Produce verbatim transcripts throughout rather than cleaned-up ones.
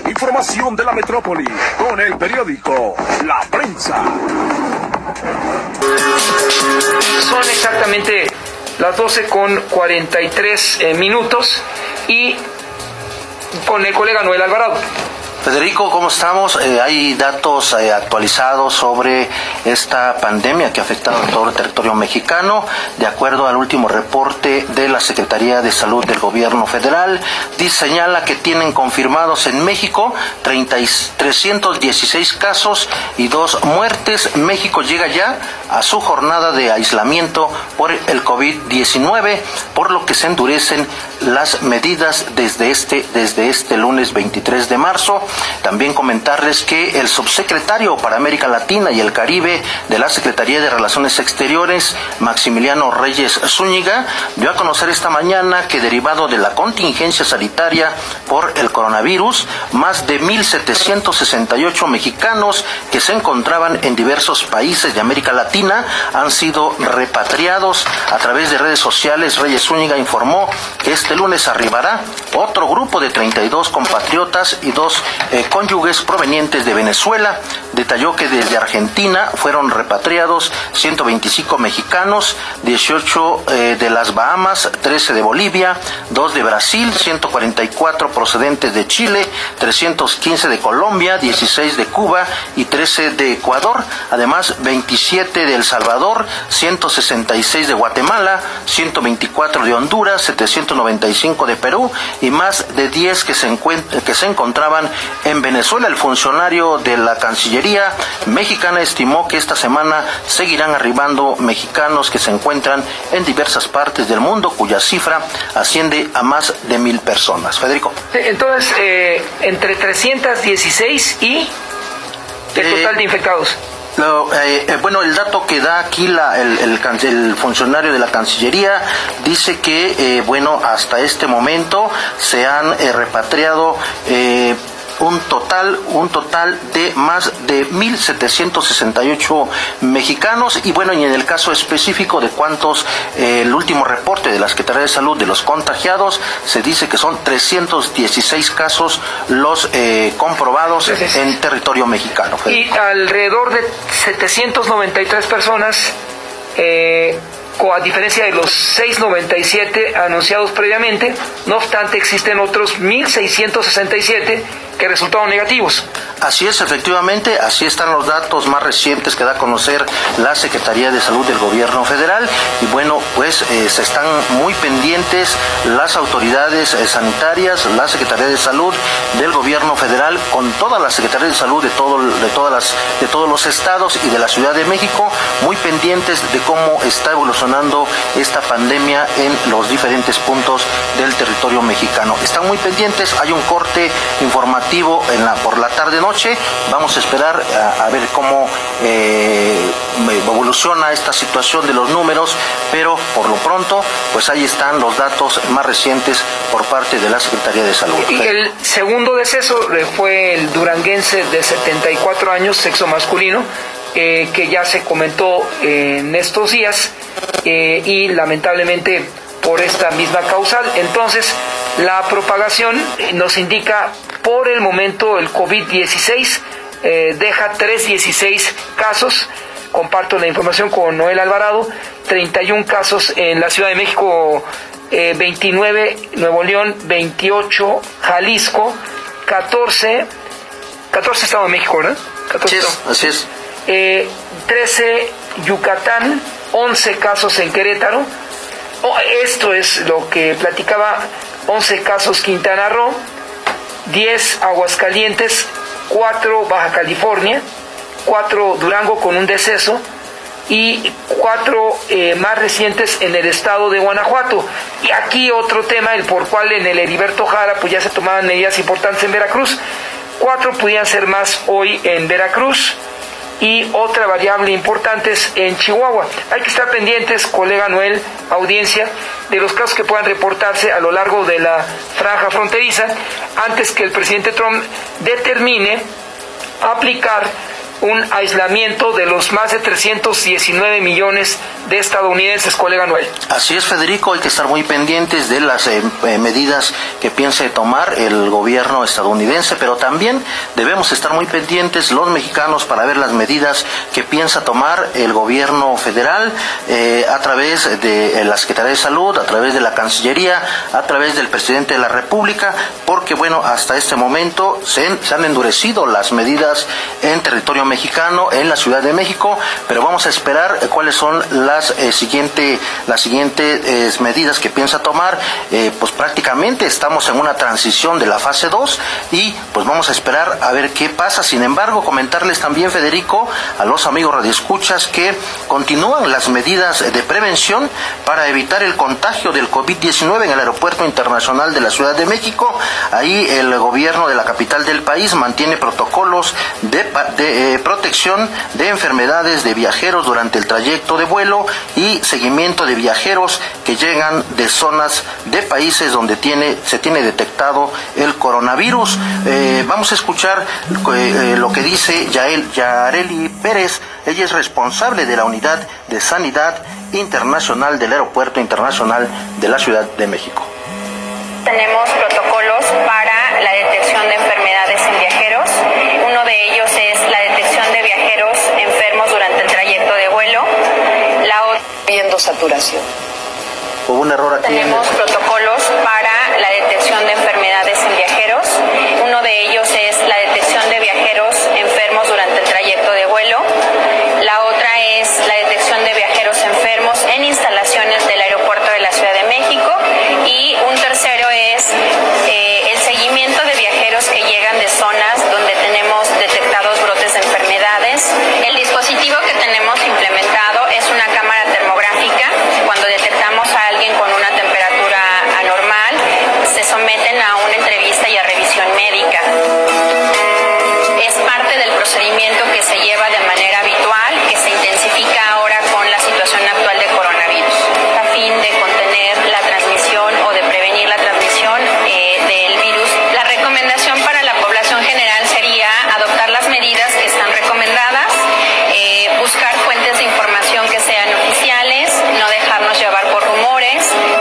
Información de la metrópoli con el periódico La Prensa. Son exactamente las doce con cuarenta y tres eh, minutos y con el colega Noel Alvarado. Federico, ¿cómo estamos? Eh, hay datos eh, actualizados sobre esta pandemia que ha afectado a todo el territorio mexicano. De acuerdo al último reporte de la Secretaría de Salud del Gobierno Federal, dice, señala que tienen confirmados en México trescientos dieciséis casos y dos muertes. México llega ya a su jornada de aislamiento por el COVID diecinueve, por lo que se endurecen las medidas desde este, desde este lunes veintitrés de marzo. También comentarles que el subsecretario para América Latina y el Caribe de la Secretaría de Relaciones Exteriores, Maximiliano Reyes Zúñiga, dio a conocer esta mañana que derivado de la contingencia sanitaria por el coronavirus, más de mil setecientos sesenta y ocho mexicanos que se encontraban en diversos países de América Latina han sido repatriados. A través de redes sociales, Reyes Zúñiga informó que este lunes arribará otro grupo de treinta y dos compatriotas y dos Eh, cónyuges provenientes de Venezuela. Detalló que desde Argentina fueron repatriados ciento veinticinco mexicanos, dieciocho eh, de las Bahamas, trece de Bolivia, dos de Brasil, ciento cuarenta y cuatro procedentes de Chile, trescientos quince de Colombia, dieciséis de Cuba y trece de Ecuador, además veintisiete de El Salvador, ciento sesenta y seis de Guatemala, ciento veinticuatro de Honduras, setecientos noventa y cinco de Perú y más de diez que se, encuent- que se encontraban en Venezuela. El funcionario de la Cancillería mexicana estimó que esta semana seguirán arribando mexicanos que se encuentran en diversas partes del mundo, cuya cifra asciende a más de mil personas. Federico. Entonces, eh, entre trescientos dieciséis y el total eh, de infectados. Lo, eh, eh, bueno, el dato que da aquí la, el, el, el funcionario de la Cancillería dice que, eh, bueno, hasta este momento se han eh, repatriado eh, un total, un total de más de mil setecientos sesenta y ocho mexicanos. Y bueno, y en el caso específico de cuántos, eh, el último reporte de la Secretaría de Salud de los contagiados, se dice que son trescientos dieciséis casos los eh, comprobados sí, sí, sí. en territorio mexicano. Y alrededor de setecientos noventa y tres personas, eh, a diferencia de los seiscientos noventa y siete anunciados previamente. No obstante, existen otros mil seiscientos sesenta y siete que resultaron negativos. Así es, efectivamente, así están los datos más recientes que da a conocer la Secretaría de Salud del Gobierno Federal. Y bueno, pues eh, se están muy pendientes las autoridades eh, sanitarias, la Secretaría de Salud del Gobierno Federal, con toda la Secretaría de Salud de, todo, de, todas las, de todos los estados y de la Ciudad de México, muy pendientes de cómo está evolucionando esta pandemia en los diferentes puntos del territorio mexicano. Están muy pendientes, hay un corte informativo en la, por la tarde-noche. Vamos a esperar a, a ver cómo eh, evoluciona esta situación de los números, pero por lo pronto, pues ahí están los datos más recientes por parte de la Secretaría de Salud. Y el segundo deceso fue el duranguense de setenta y cuatro años, sexo masculino, eh, que ya se comentó eh, en estos días, eh, y lamentablemente por esta misma causal. Entonces, la propagación nos indica, por el momento, el COVID dieciséis eh, deja trescientos dieciséis casos. Comparto la información con Noel Alvarado. treinta y uno casos en la Ciudad de México, eh, veintinueve Nuevo León, veintiocho Jalisco, catorce, catorce Estado de México, ¿verdad? catorce, así es, así es. Eh, trece Yucatán, once casos en Querétaro. Oh, esto es lo que platicaba. once casos Quintana Roo, diez Aguascalientes, cuatro Baja California, cuatro Durango con un deceso y cuatro eh, más recientes en el estado de Guanajuato. Y aquí otro tema, el por cual en el Heriberto Jara pues ya se tomaban medidas importantes en Veracruz. Cuatro pudieran ser más hoy en Veracruz. Y otra variable importante es en Chihuahua. Hay que estar pendientes, colega Noel, audiencia, de los casos que puedan reportarse a lo largo de la franja fronteriza, antes que el presidente Trump determine aplicar un aislamiento de los más de trescientos diecinueve millones de estadounidenses, colega Noel. Así es, Federico, hay que estar muy pendientes de las eh, medidas que piense tomar el gobierno estadounidense, pero también debemos estar muy pendientes los mexicanos para ver las medidas que piensa tomar el gobierno federal eh, a través de la Secretaría de Salud, a través de la Cancillería, a través del presidente de la República, porque bueno, hasta este momento se, se han endurecido las medidas en territorio mexicano, en la Ciudad de México, pero vamos a esperar eh, cuáles son las eh, siguiente, las siguientes eh, medidas que piensa tomar. Eh, pues prácticamente estamos en una transición de la fase dos y pues vamos a esperar a ver qué pasa. Sin embargo, comentarles también, Federico, a los amigos radioescuchas que continúan las medidas de prevención para evitar el contagio del COVID diecinueve en el Aeropuerto Internacional de la Ciudad de México. Ahí el gobierno de la capital del país mantiene protocolos de, de eh, protección de enfermedades de viajeros durante el trayecto de vuelo y seguimiento de viajeros que llegan de zonas de países donde tiene, se tiene detectado el coronavirus. Eh, vamos a escuchar eh, lo que dice Yael, Yareli Pérez. Ella es responsable de la Unidad de Sanidad Internacional del Aeropuerto Internacional de la Ciudad de México. Tenemos protocolos para la detección de enfermedades en viajeros. Uno de ellos es la detección de viajeros enfermos durante el trayecto de vuelo. La otra, viendo saturación. Hubo un error aquí. Tenemos en el... protocolos para la detección de enfermedades en viajeros. Uno de ellos es la detección de viajeros enfermos durante el trayecto de vuelo. La otra es la detección de viajeros enfermos en instalaciones del aeropuerto de la Ciudad de México. Y un tercero es eh, el seguimiento de viajeros que llegan de zonas donde tenemos detectados brotes de enfermedades. El dispositivo que tenemos implementado es una cámara termográfica. Cuando detectamos a alguien con una temperatura anormal, se someten a una entrevista y a revisión médica. Es parte del procedimiento que se lleva de manera habitual, que se intensifica ahora con la situación actual de coronavirus, a fin de contener la transmisión o de prevenir la transmisión eh, del virus. La recomendación para la población general sería adoptar las medidas que están recomendadas, eh, buscar fuentes de información que sean oficiales, no dejarnos llevar por rumores.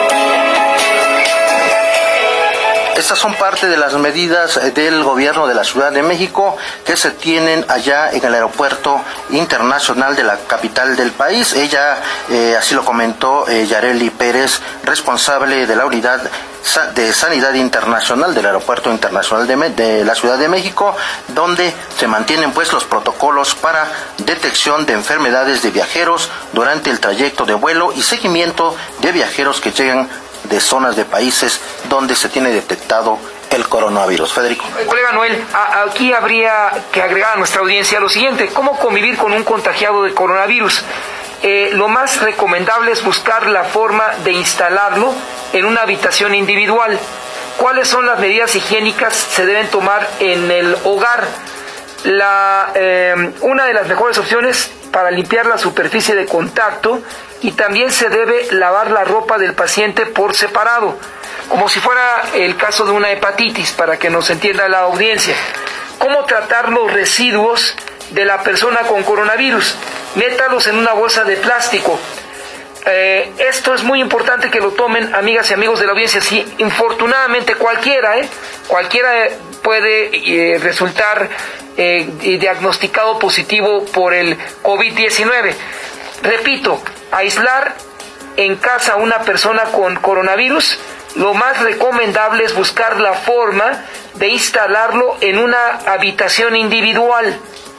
Estas son parte de las medidas del gobierno de la Ciudad de México que se tienen allá en el Aeropuerto Internacional de la capital del país. Ella, eh, así lo comentó eh, Yareli Pérez, responsable de la Unidad de Sanidad Internacional del Aeropuerto Internacional de, de la Ciudad de México, donde se mantienen pues los protocolos para detección de enfermedades de viajeros durante el trayecto de vuelo y seguimiento de viajeros que llegan de zonas de países donde se tiene detectado el coronavirus. Federico. Colega Noel, a, aquí habría que agregar a nuestra audiencia lo siguiente: ¿cómo convivir con un contagiado de coronavirus? Eh, lo más recomendable es buscar la forma de instalarlo en una habitación individual. ¿Cuáles son las medidas higiénicas que se deben tomar en el hogar? La, eh, una de las mejores opciones para limpiar la superficie de contacto, y también se debe lavar la ropa del paciente por separado, como si fuera el caso de una hepatitis, para que nos entienda la audiencia. ¿Cómo tratar los residuos de la persona con coronavirus? Métalos en una bolsa de plástico. Eh, esto es muy importante que lo tomen, amigas y amigos de la audiencia. Si infortunadamente cualquiera, eh, cualquiera puede eh, resultar eh, diagnosticado positivo por el COVID diecinueve. Repito, aislar en casa a una persona con coronavirus, lo más recomendable es buscar la forma de instalarlo en una habitación individual.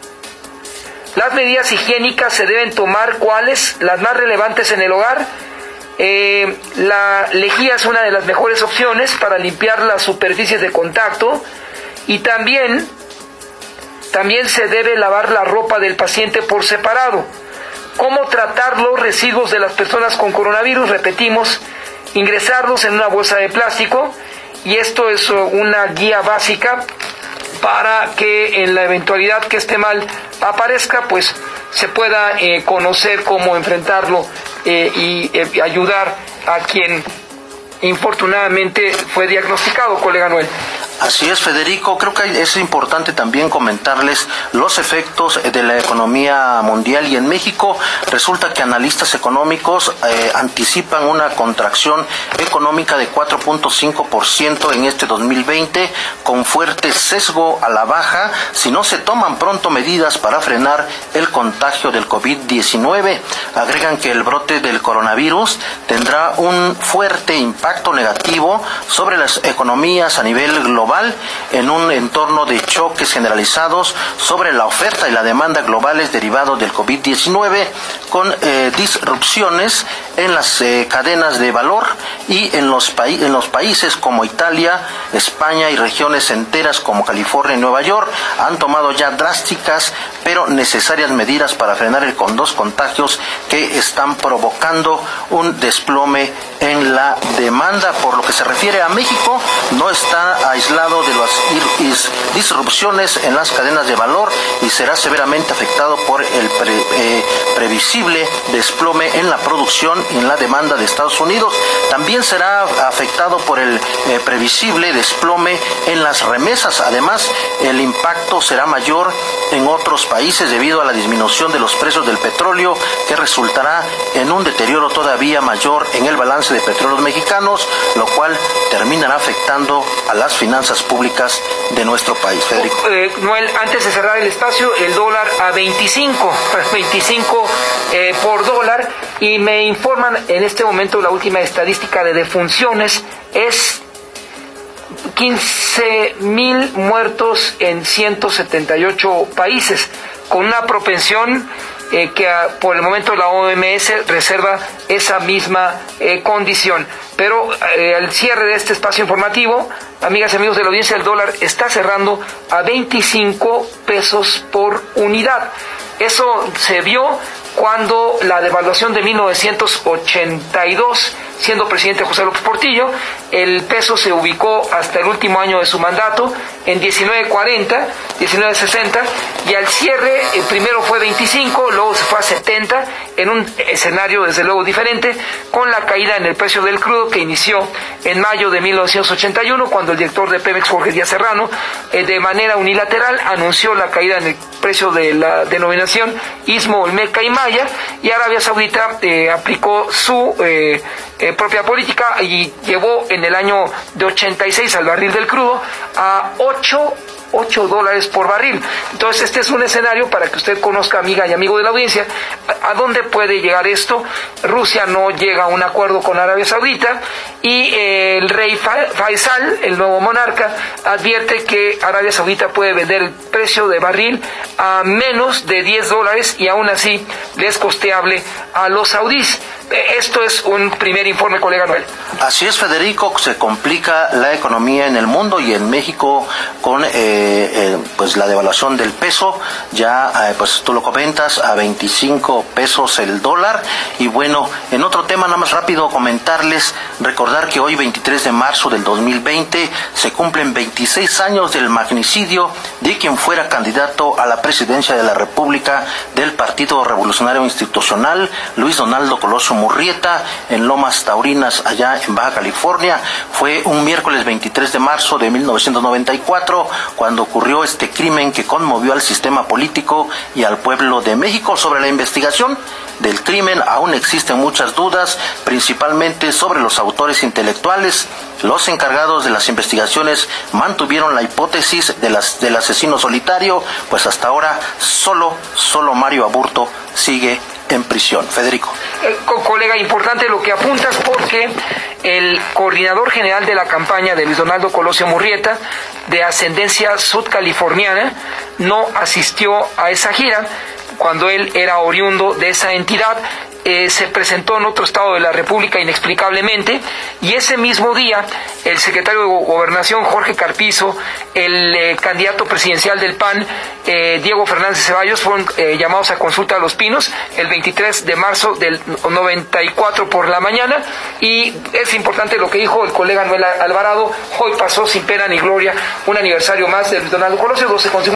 Las medidas higiénicas se deben tomar, ¿cuáles? Las más relevantes en el hogar. Eh, la lejía es una de las mejores opciones para limpiar las superficies de contacto, y también, también se debe lavar la ropa del paciente por separado. ¿Cómo tratar los residuos de las personas con coronavirus? Repetimos, ingresarlos en una bolsa de plástico, y esto es una guía básica para que en la eventualidad que este mal aparezca, pues se pueda eh, conocer cómo enfrentarlo eh, y eh, ayudar a quien infortunadamente fue diagnosticado, colega Noel. Así es, Federico. Creo que es importante también comentarles los efectos de la economía mundial y en México resulta que analistas económicos eh, anticipan una contracción económica de cuatro punto cinco por ciento en este dos mil veinte con fuerte sesgo a la baja si no se toman pronto medidas para frenar el contagio del COVID diecinueve. Agregan que el brote del coronavirus tendrá un fuerte impacto negativo sobre las economías a nivel global en un entorno de choques generalizados sobre la oferta y la demanda globales derivados del COVID diecinueve, con eh, disrupciones en las eh, cadenas de valor y en los, pa en los países como Italia, España y regiones enteras como California y Nueva York han tomado ya drásticas pero necesarias medidas para frenar el con dos contagios que están provocando un desplome en la demanda. Por lo que se refiere a México, no está aislado de las disrupciones en las cadenas de valor y será severamente afectado por el pre, eh, previsible desplome en la producción y en la demanda de Estados Unidos. También será afectado por el eh, previsible desplome en las remesas. Además, el impacto será mayor en otros países debido a la disminución de los precios del petróleo, que resultará en un deterioro todavía mayor en el balance de petróleos mexicanos, lo cual terminará afectando a las finanzas públicas de nuestro país. Federico. Eh, Noel, antes de cerrar el espacio, el dólar a veinticinco, veinticinco eh, por dólar, y me informan en este momento la última estadística de defunciones es quince mil muertos en ciento setenta y ocho países, con una propensión eh, que a, por el momento la O M S reserva esa misma eh, condición. Pero eh, al cierre de este espacio informativo, amigas y amigos de la audiencia, el dólar está cerrando a veinticinco pesos por unidad. Eso se vio cuando la devaluación de mil novecientos ochenta y dos, siendo presidente José López Portillo, el peso se ubicó hasta el último año de su mandato en diecinueve cuarenta, diecinueve sesenta, y al cierre eh, primero fue veinticinco, luego se fue a setenta, en un escenario desde luego diferente, con la caída en el precio del crudo que inició en mayo de mil novecientos ochenta y uno, cuando el director de Pemex, Jorge Díaz Serrano, eh, de manera unilateral anunció la caída en el precio de la denominación Istmo, Olmeca y Maya, y Arabia Saudita eh, aplicó su eh, eh, propia política y llevó en el año de ochenta y seis al barril del crudo a ocho dólares por barril. Entonces este es un escenario para que usted conozca, amiga y amigo de la audiencia, a, a dónde puede llegar esto. Rusia no llega a un acuerdo con Arabia Saudita y eh, el rey Faisal, el nuevo monarca, advierte que Arabia Saudita puede vender el precio de barril a menos de diez dólares y aún así le es costeable a los saudíes. Esto es un primer informe, colega Noel. Así es, Federico, se complica la economía en el mundo y en México con eh, eh, pues la devaluación del peso, ya eh, pues tú lo comentas, a veinticinco pesos el dólar. Y bueno, en otro tema, nada más rápido comentarles, recordar que hoy, veintitrés de marzo del dos mil veinte, se cumplen veintiséis años del magnicidio de quien fuera candidato a la presidencia de la República del Partido Revolucionario Institucional, Luis Donaldo Colosio Murrieta, en Lomas Taurinas, allá en Baja California. Fue un miércoles veintitrés de marzo de mil novecientos noventa y cuatro cuando ocurrió este crimen que conmovió al sistema político y al pueblo de México. Sobre la investigación del crimen aún existen muchas dudas, principalmente sobre los autores intelectuales. Los encargados de las investigaciones mantuvieron la hipótesis de las, del asesino solitario, pues hasta ahora solo, solo Mario Aburto sigue en prisión. Federico. Eh, co colega, importante lo que apuntas, porque el coordinador general de la campaña de Luis Donaldo Colosio Murrieta, de ascendencia sudcaliforniana, no asistió a esa gira cuando él era oriundo de esa entidad. Eh, se presentó en otro estado de la República inexplicablemente, y ese mismo día el secretario de Gobernación, Jorge Carpizo, el eh, candidato presidencial del P A N, eh, Diego Fernández Ceballos, fueron eh, llamados a consulta a Los Pinos el veintitrés de marzo del noventa y cuatro por la mañana. Y es importante lo que dijo el colega Noel Alvarado: hoy pasó sin pena ni gloria un aniversario más de Luis Donaldo Colosio, doce con